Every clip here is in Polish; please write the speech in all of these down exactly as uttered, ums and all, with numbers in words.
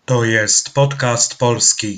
To jest podcast polski.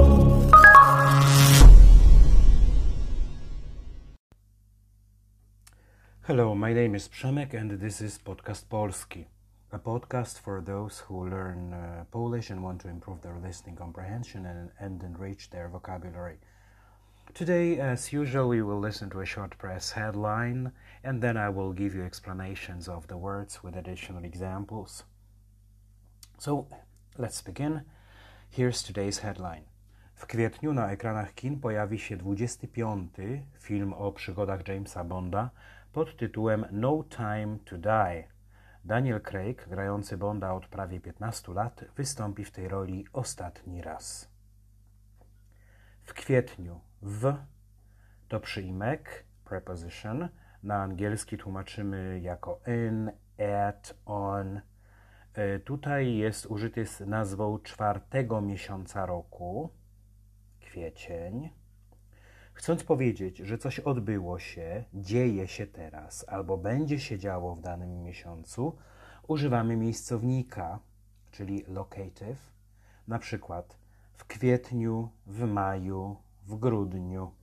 Hello, my name is Przemek and this is Podcast Polski, a podcast for those who learn uh, Polish and want to improve their listening comprehension and, and enrich their vocabulary. Today, as usual, we will listen to a short press headline and then I will give you explanations of the words with additional examples. So, let's begin. Here's today's headline. W kwietniu na ekranach kin pojawi się dwudziesty piąty film o przygodach Jamesa Bonda pod tytułem No Time to Die. Daniel Craig, grający Bonda od prawie piętnastu lat, wystąpi w tej roli ostatni raz. W kwietniu w to przyimek, preposition, na angielski tłumaczymy jako in, at, on. Tutaj jest użyty z nazwą czwartego miesiąca roku, kwiecień. Chcąc powiedzieć, że coś odbyło się, dzieje się teraz albo będzie się działo w danym miesiącu, używamy miejscownika, czyli locative, na przykład w kwietniu, w maju, w grudniu.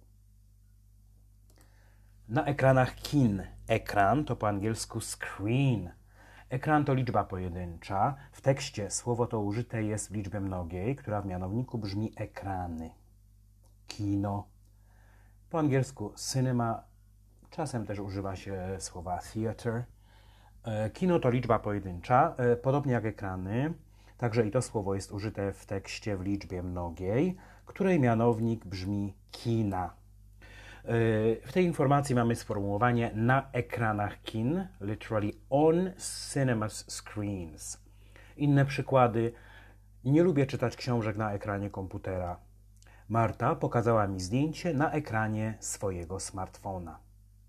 Na ekranach kin ekran to po angielsku screen. Ekran to liczba pojedyncza. W tekście słowo to użyte jest w liczbie mnogiej, która w mianowniku brzmi ekrany. Kino. Po angielsku cinema, czasem też używa się słowa theater. Kino to liczba pojedyncza, podobnie jak ekrany, także i to słowo jest użyte w tekście w liczbie mnogiej, której mianownik brzmi kina. W tej informacji mamy sformułowanie na ekranach kin, literally on cinemas screens. Inne przykłady. Nie lubię czytać książek na ekranie komputera. Marta pokazała mi zdjęcie na ekranie swojego smartfona.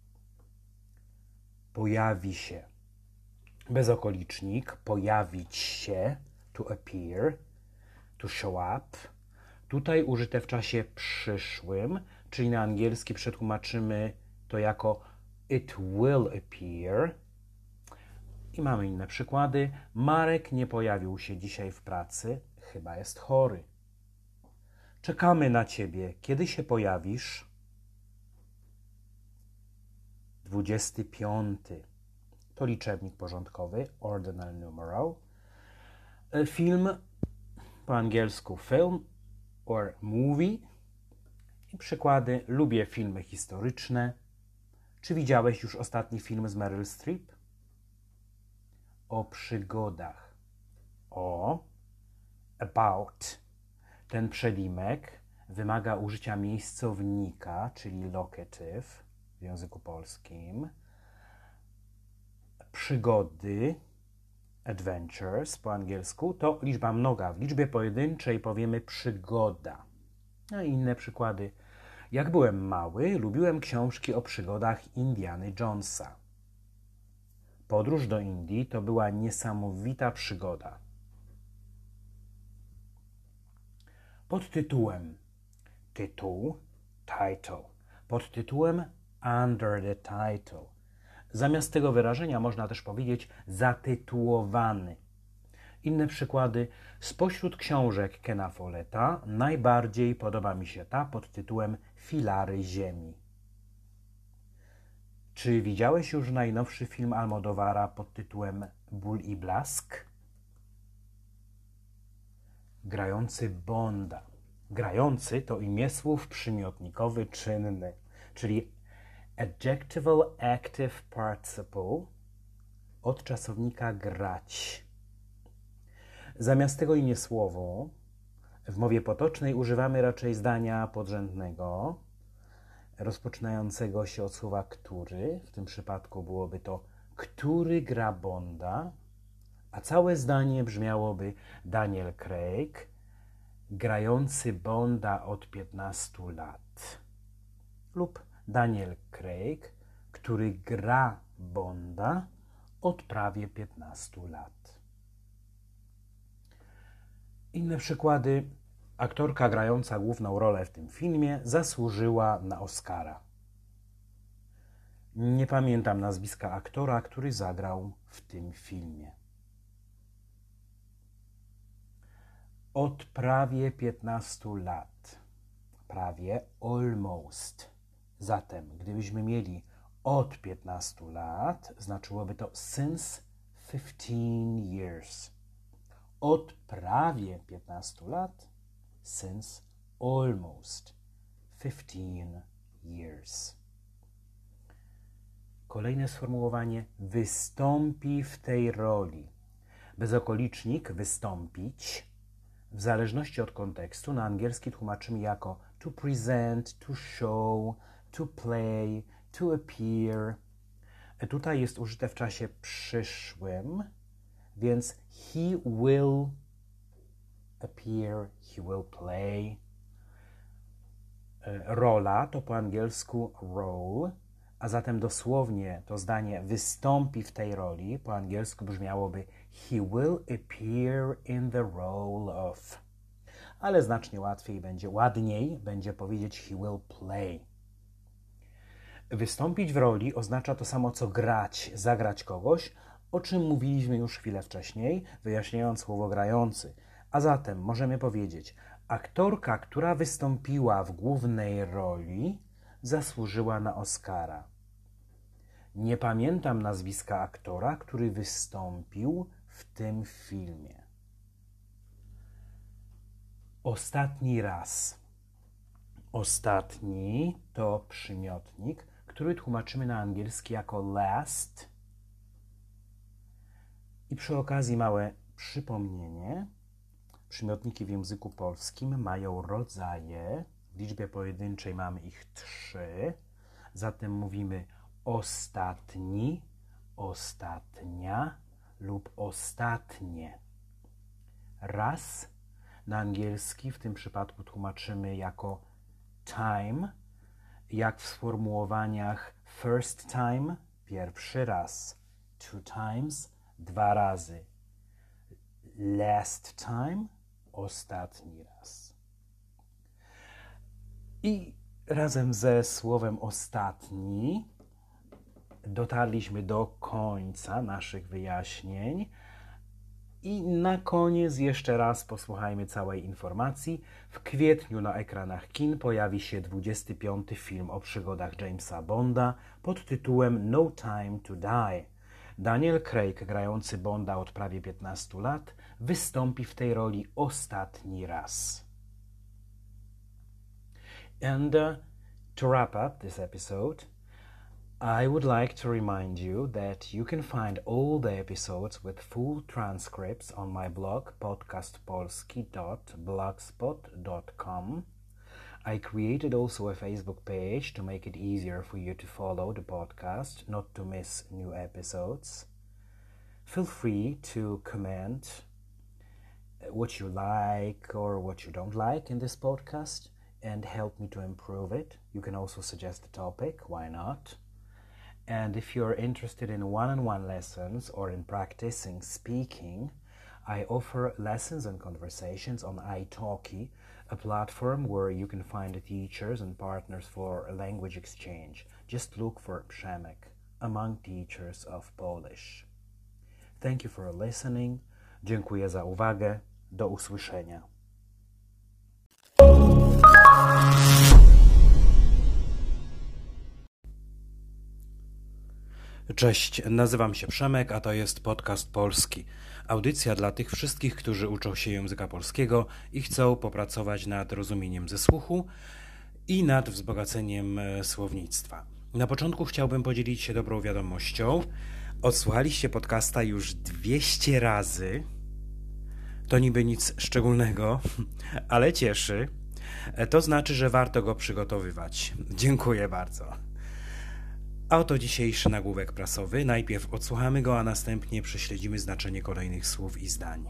Pojawi się. Bezokolicznik, pojawić się, to appear, to show up. Tutaj użyte w czasie przyszłym, czyli na angielski przetłumaczymy to jako it will appear. I mamy inne przykłady. Marek nie pojawił się dzisiaj w pracy, chyba jest chory. Czekamy na ciebie. Kiedy się pojawisz? dwudziesty piąty. To liczebnik porządkowy, ordinal numeral. Film, po angielsku film or movie. I przykłady. Lubię filmy historyczne. Czy widziałeś już ostatni film z Meryl Streep? O przygodach. O about. Ten przedimek wymaga użycia miejscownika, czyli locative w języku polskim. Przygody, adventures po angielsku, to liczba mnoga. W liczbie pojedynczej powiemy przygoda. No i inne przykłady. Jak byłem mały, lubiłem książki o przygodach Indiany Jonesa. Podróż do Indii to była niesamowita przygoda. Pod tytułem tytuł, title. Pod tytułem under the title. Zamiast tego wyrażenia można też powiedzieć zatytułowany. Inne przykłady. Spośród książek Kena Folletta najbardziej podoba mi się ta pod tytułem Filary Ziemi. Czy widziałeś już najnowszy film Almodovara pod tytułem Ból i blask? Grający Bonda. Grający to imię słów przymiotnikowy czynny, czyli adjectival active participle od czasownika grać. Zamiast tego imię słowo w mowie potocznej używamy raczej zdania podrzędnego, rozpoczynającego się od słowa który. W tym przypadku byłoby to który gra Bonda, a całe zdanie brzmiałoby Daniel Craig, grający Bonda od piętnastu lat. Lub Daniel Craig, który gra Bonda od prawie piętnastu lat. Inne przykłady. Aktorka grająca główną rolę w tym filmie zasłużyła na Oscara. Nie pamiętam nazwiska aktora, który zagrał w tym filmie. od prawie piętnastu lat. Prawie, almost. Zatem, gdybyśmy mieli od piętnastu lat, znaczyłoby to since fifteen years. Od prawie piętnastu lat, since almost fifteen years. Kolejne sformułowanie wystąpi w tej roli. Bezokolicznik wystąpić w zależności od kontekstu na angielski tłumaczymy jako to present, to show, to play, to appear. Tutaj jest użyte w czasie przyszłym, więc he will appear, he will play. Rola to po angielsku role, a zatem dosłownie to zdanie wystąpi w tej roli po angielsku brzmiałoby he will appear in the role of. Ale znacznie łatwiej będzie, ładniej będzie powiedzieć he will play. Wystąpić w roli oznacza to samo co grać, zagrać kogoś, o czym mówiliśmy już chwilę wcześniej, wyjaśniając słowo grający. A zatem możemy powiedzieć, aktorka, która wystąpiła w głównej roli, zasłużyła na Oscara. Nie pamiętam nazwiska aktora, który wystąpił w tym filmie. Ostatni raz. Ostatni to przymiotnik, który tłumaczymy na angielski jako last. I przy okazji małe przypomnienie. Przymiotniki w języku polskim mają rodzaje. W liczbie pojedynczej mamy ich trzy. Zatem mówimy ostatni, ostatnia lub ostatnie. Raz na angielski w tym przypadku tłumaczymy jako time, jak w sformułowaniach first time, pierwszy raz, two times, dwa razy, last time, ostatni raz. I razem ze słowem ostatni dotarliśmy do końca naszych wyjaśnień. I na koniec jeszcze raz posłuchajmy całej informacji. W kwietniu na ekranach kin pojawi się dwudziesty piąty film o przygodach Jamesa Bonda pod tytułem No Time to Die. Daniel Craig, grający Bonda od prawie piętnastu lat, wystąpi w tej roli ostatni raz. And uh, to wrap up this episode, I would like to remind you that you can find all the episodes with full transcripts on my blog podcast polski dot blogspot dot com. I created also a Facebook page to make it easier for you to follow the podcast, not to miss new episodes. Feel free to comment what you like or what you don't like in this podcast and help me to improve it. You can also suggest a topic, why not? And if you're interested in one-on-one lessons or in practicing speaking, I offer lessons and conversations on italki, a platform where you can find teachers and partners for a language exchange. Just look for Przemek among teachers of Polish. Thank you for listening. Dziękuję za uwagę. Do usłyszenia. Cześć, nazywam się Przemek, a to jest Podcast Polski. Audycja dla tych wszystkich, którzy uczą się języka polskiego i chcą popracować nad rozumieniem ze słuchu i nad wzbogaceniem słownictwa. Na początku chciałbym podzielić się dobrą wiadomością. Odsłuchaliście podcasta już dwieście razy. To niby nic szczególnego, ale cieszy. To znaczy, że warto go przygotowywać. Dziękuję bardzo. A oto dzisiejszy nagłówek prasowy. Najpierw odsłuchamy go, a następnie prześledzimy znaczenie kolejnych słów i zdań.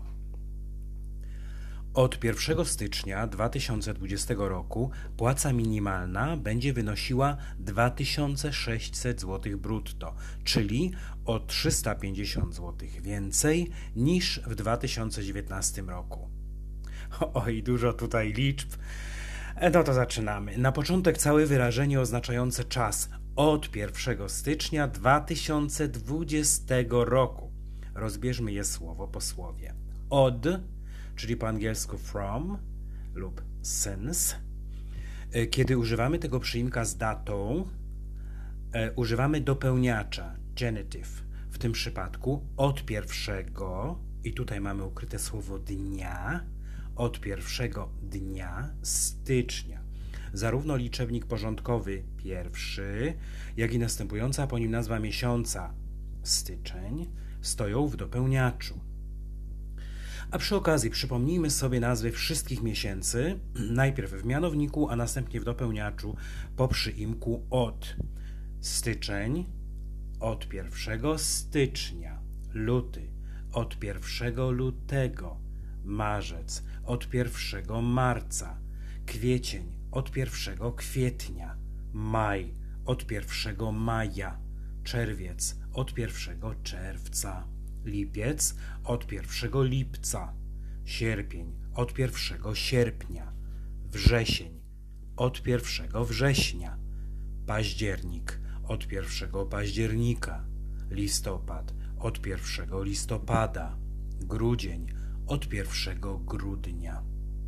Od pierwszego stycznia dwa tysiące dwudziestego roku płaca minimalna będzie wynosiła dwa tysiące sześćset złotych brutto, czyli o trzysta pięćdziesiąt złotych więcej niż w dwa tysiące dziewiętnastym roku. Oj, dużo tutaj liczb. No to zaczynamy. Na początek całe wyrażenie oznaczające czas od pierwszego stycznia dwa tysiące dwudziestego roku. Rozbierzmy je słowo po słowie. Od, czyli po angielsku from lub since. Kiedy używamy tego przyimka z datą, używamy dopełniacza, genitive. W tym przypadku od pierwszego, i tutaj mamy ukryte słowo dnia, od pierwszego dnia stycznia. Zarówno liczebnik porządkowy pierwszy, jak i następująca po nim nazwa miesiąca styczeń stoją w dopełniaczu. A przy okazji przypomnijmy sobie nazwy wszystkich miesięcy, najpierw w mianowniku, a następnie w dopełniaczu po przyimku od. Styczeń od pierwszego stycznia, luty od pierwszego lutego, marzec od pierwszego marca, kwiecień od pierwszego kwietnia, maj od pierwszego maja, czerwiec od pierwszego czerwca, lipiec od pierwszego lipca, sierpień od pierwszego sierpnia, wrzesień od pierwszego września, październik od pierwszego października, listopad od pierwszego listopada, grudzień od pierwszego grudnia.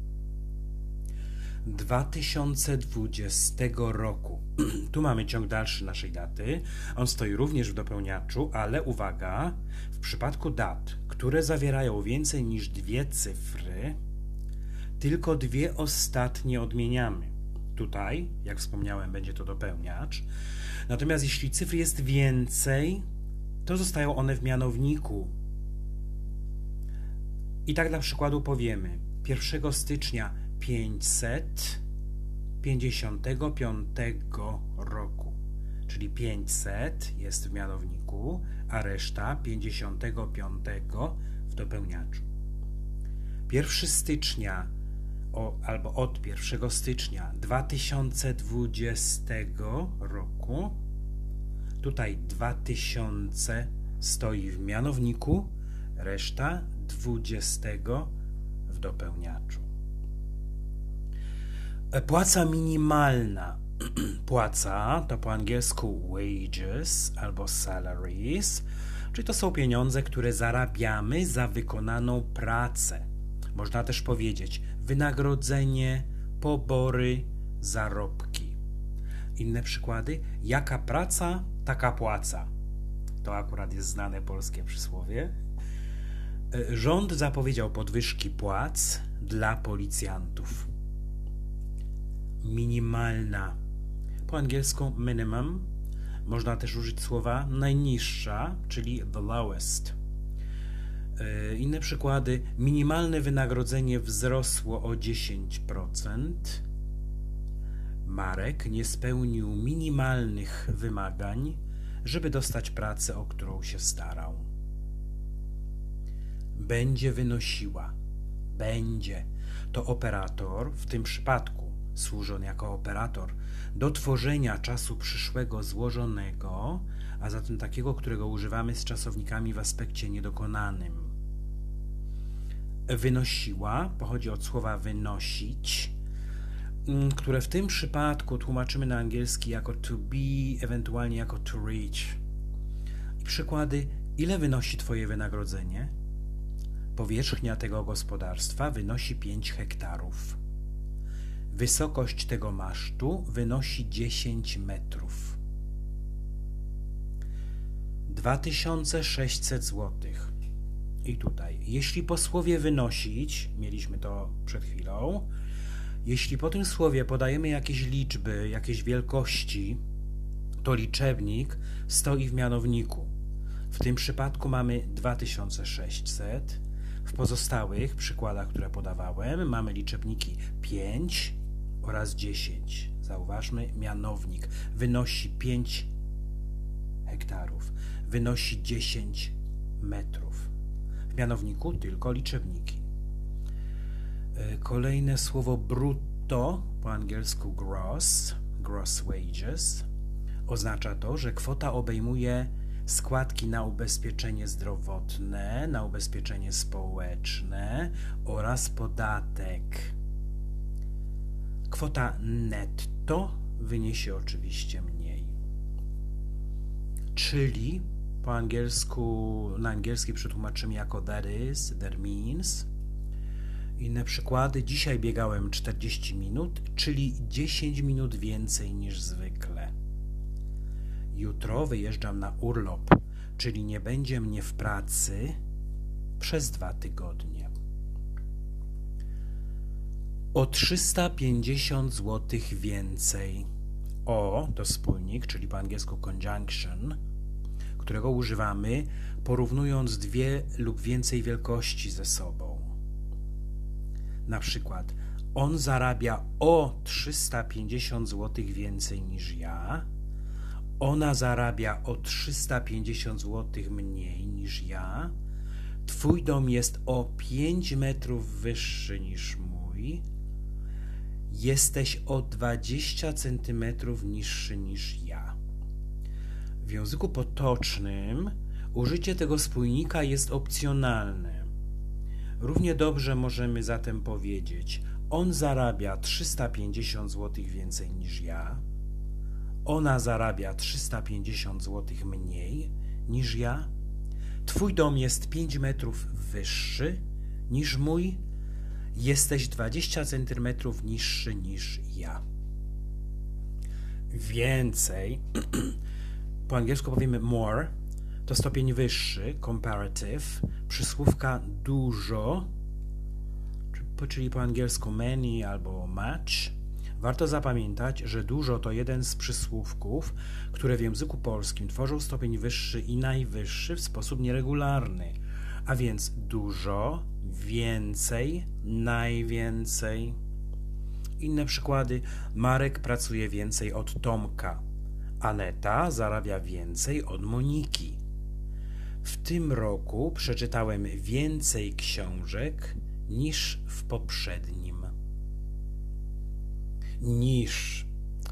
dwa tysiące dwudziestego roku. Tu mamy ciąg dalszy naszej daty. On stoi również w dopełniaczu, ale uwaga, w przypadku dat, które zawierają więcej niż dwie cyfry, tylko dwie ostatnie odmieniamy. Tutaj, jak wspomniałem, będzie to dopełniacz. Natomiast jeśli cyfr jest więcej, to zostają one w mianowniku. I tak dla przykładu powiemy pierwszego stycznia pięćset pięćdziesiątego piątego roku, czyli pięćset jest w mianowniku, a reszta pięćdziesiątego piątego w dopełniaczu. pierwszego stycznia o, albo od pierwszego stycznia dwa tysiące dwudziestego roku, tutaj dwa tysiące stoi w mianowniku, reszta dwudziestego w dopełniaczu. Płaca minimalna. Płaca to po angielsku wages albo salaries, czyli to są pieniądze, które zarabiamy za wykonaną pracę. Można też powiedzieć wynagrodzenie, pobory, zarobki. Inne przykłady? Jaka praca, taka płaca. To akurat jest znane polskie przysłowie. Rząd zapowiedział podwyżki płac dla policjantów. Minimalna. Po angielsku minimum. Można też użyć słowa najniższa, czyli the lowest. Inne przykłady. Minimalne wynagrodzenie wzrosło o dziesięć procent. Marek nie spełnił minimalnych wymagań, żeby dostać pracę, o którą się starał. Będzie wynosiła. Będzie. To operator, w tym przypadku służy on jako operator do tworzenia czasu przyszłego złożonego, a zatem takiego, którego używamy z czasownikami w aspekcie niedokonanym. Wynosiła pochodzi od słowa wynosić, które w tym przypadku tłumaczymy na angielski jako to be, ewentualnie jako to reach. I przykłady: ile wynosi Twoje wynagrodzenie? Powierzchnia tego gospodarstwa wynosi pięć hektarów. Wysokość tego masztu wynosi dziesięć metrów. dwa tysiące sześćset złotych. I tutaj, jeśli po słowie wynosić, mieliśmy to przed chwilą, jeśli po tym słowie podajemy jakieś liczby, jakieś wielkości, to liczebnik stoi w mianowniku. W tym przypadku mamy dwa tysiące sześćset. W pozostałych przykładach, które podawałem, mamy liczebniki pięć oraz dziesięć. Zauważmy, mianownik wynosi pięć hektarów, wynosi dziesięć metrów. W mianowniku tylko liczebniki. Kolejne słowo brutto, po angielsku gross, gross wages, oznacza to, że kwota obejmuje składki na ubezpieczenie zdrowotne, na ubezpieczenie społeczne oraz podatek. Kwota netto wyniesie oczywiście mniej. Czyli po angielsku, na angielski przetłumaczymy jako that is, that means. Inne przykłady. Dzisiaj biegałem czterdzieści minut, czyli dziesięć minut więcej niż zwykle. Jutro wyjeżdżam na urlop, czyli nie będzie mnie w pracy przez dwa tygodnie. O trzysta pięćdziesiąt złotych więcej. O to spójnik, czyli po angielsku conjunction, którego używamy porównując dwie lub więcej wielkości ze sobą. Na przykład on zarabia o trzysta pięćdziesiąt złotych więcej niż ja, ona zarabia o trzysta pięćdziesiąt złotych mniej niż ja, twój dom jest o pięć metrów wyższy niż mój, jesteś o dwadzieścia centymetrów niższy niż ja. W języku potocznym użycie tego spójnika jest opcjonalne. Równie dobrze możemy zatem powiedzieć: on zarabia trzysta pięćdziesiąt złotych więcej niż ja, ona zarabia trzysta pięćdziesiąt złotych mniej niż ja, twój dom jest pięć metrów wyższy niż mój, jesteś dwadzieścia centymetrów niższy niż ja. Więcej, po angielsku powiemy more, to stopień wyższy, comparative, przysłówka dużo, czyli po angielsku many albo much. Warto zapamiętać, że dużo to jeden z przysłówków, które w języku polskim tworzą stopień wyższy i najwyższy w sposób nieregularny. A więc dużo, więcej, najwięcej. Inne przykłady. Marek pracuje więcej od Tomka. Aneta zarabia więcej od Moniki. W tym roku przeczytałem więcej książek niż w poprzednim. Niż.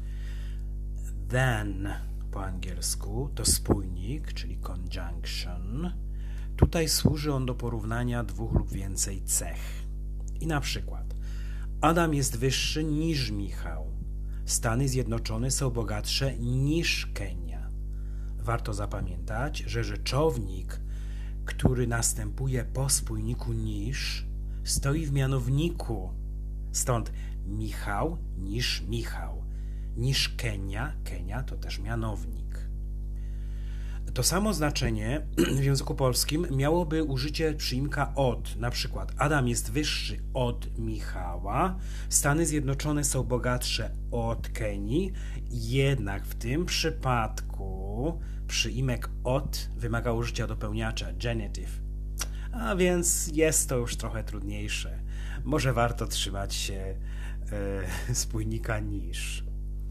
Than po angielsku to spójnik, czyli conjunction. Tutaj służy on do porównania dwóch lub więcej cech. I na przykład Adam jest wyższy niż Michał. Stany Zjednoczone są bogatsze niż Kenia. Warto zapamiętać, że rzeczownik, który następuje po spójniku niż, stoi w mianowniku. Stąd Michał niż Michał. Niż Kenia, Kenia to też mianownik. To samo znaczenie w języku polskim miałoby użycie przyimka od. Na przykład Adam jest wyższy od Michała, Stany Zjednoczone są bogatsze od Kenii, jednak w tym przypadku przyimek od wymaga użycia dopełniacza, genitive. A więc jest to już trochę trudniejsze. Może warto trzymać się e, spójnika niż.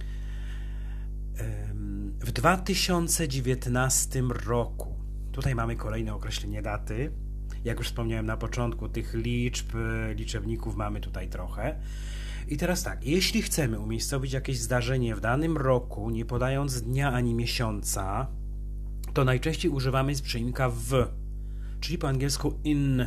W dwa tysiące dziewiętnastym roku, tutaj mamy kolejne określenie daty, jak już wspomniałem na początku, tych liczb, liczebników mamy tutaj trochę. I teraz tak, jeśli chcemy umiejscowić jakieś zdarzenie w danym roku, nie podając dnia ani miesiąca, to najczęściej używamy przyimka w, czyli po angielsku in,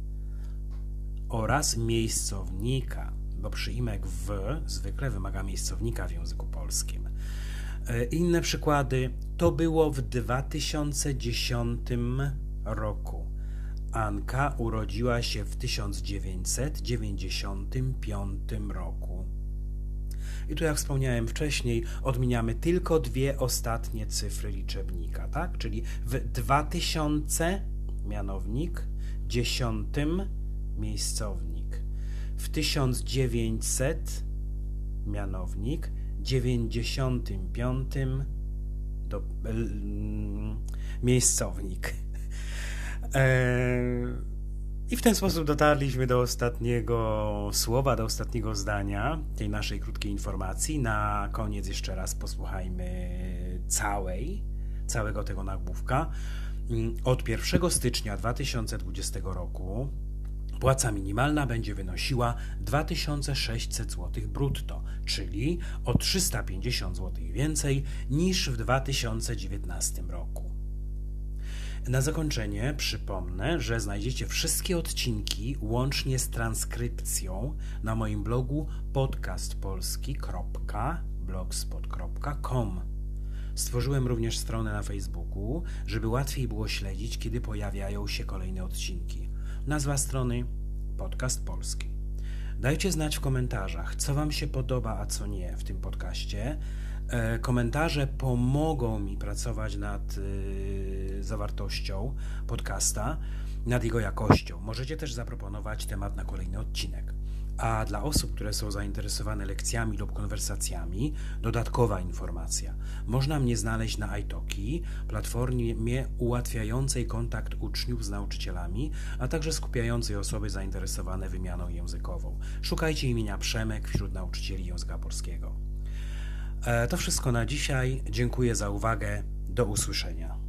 oraz miejscownika, bo przyimek w zwykle wymaga miejscownika w języku polskim. Inne przykłady. To było w dwa tysiące dziesiątym roku. Anka urodziła się w tysiąc dziewięćset dziewięćdziesiątym piątym roku. I tu, jak wspomniałem wcześniej, odmieniamy tylko dwie ostatnie cyfry liczebnika, tak? Czyli w dwa tysiące mianownik, dziesiątym miejscownik. W tysiąc dziewięćset mianownik, dziewięćdziesiątym piątym do, e, miejscownik. E, I w ten sposób dotarliśmy do ostatniego słowa, do ostatniego zdania tej naszej krótkiej informacji. Na koniec jeszcze raz posłuchajmy całej, całego tego nagłówka. Od pierwszego stycznia dwa tysiące dwudziestego roku płaca minimalna będzie wynosiła dwa tysiące sześćset złotych brutto, czyli o trzysta pięćdziesiąt złotych więcej niż w dwa tysiące dziewiętnastym roku. Na zakończenie przypomnę, że znajdziecie wszystkie odcinki łącznie z transkrypcją na moim blogu podcastpolski kropka blogspot kropka com. Stworzyłem również stronę na Facebooku, żeby łatwiej było śledzić, kiedy pojawiają się kolejne odcinki. Nazwa strony Podcast Polski. Dajcie znać w komentarzach, co Wam się podoba, a co nie w tym podcaście. Komentarze pomogą mi pracować nad zawartością podcasta, nad jego jakością. Możecie też zaproponować temat na kolejny odcinek. A dla osób, które są zainteresowane lekcjami lub konwersacjami, dodatkowa informacja. Można mnie znaleźć na iTalki, platformie ułatwiającej kontakt uczniów z nauczycielami, a także skupiającej osoby zainteresowane wymianą językową. Szukajcie imienia Przemek wśród nauczycieli języka polskiego. To wszystko na dzisiaj. Dziękuję za uwagę. Do usłyszenia.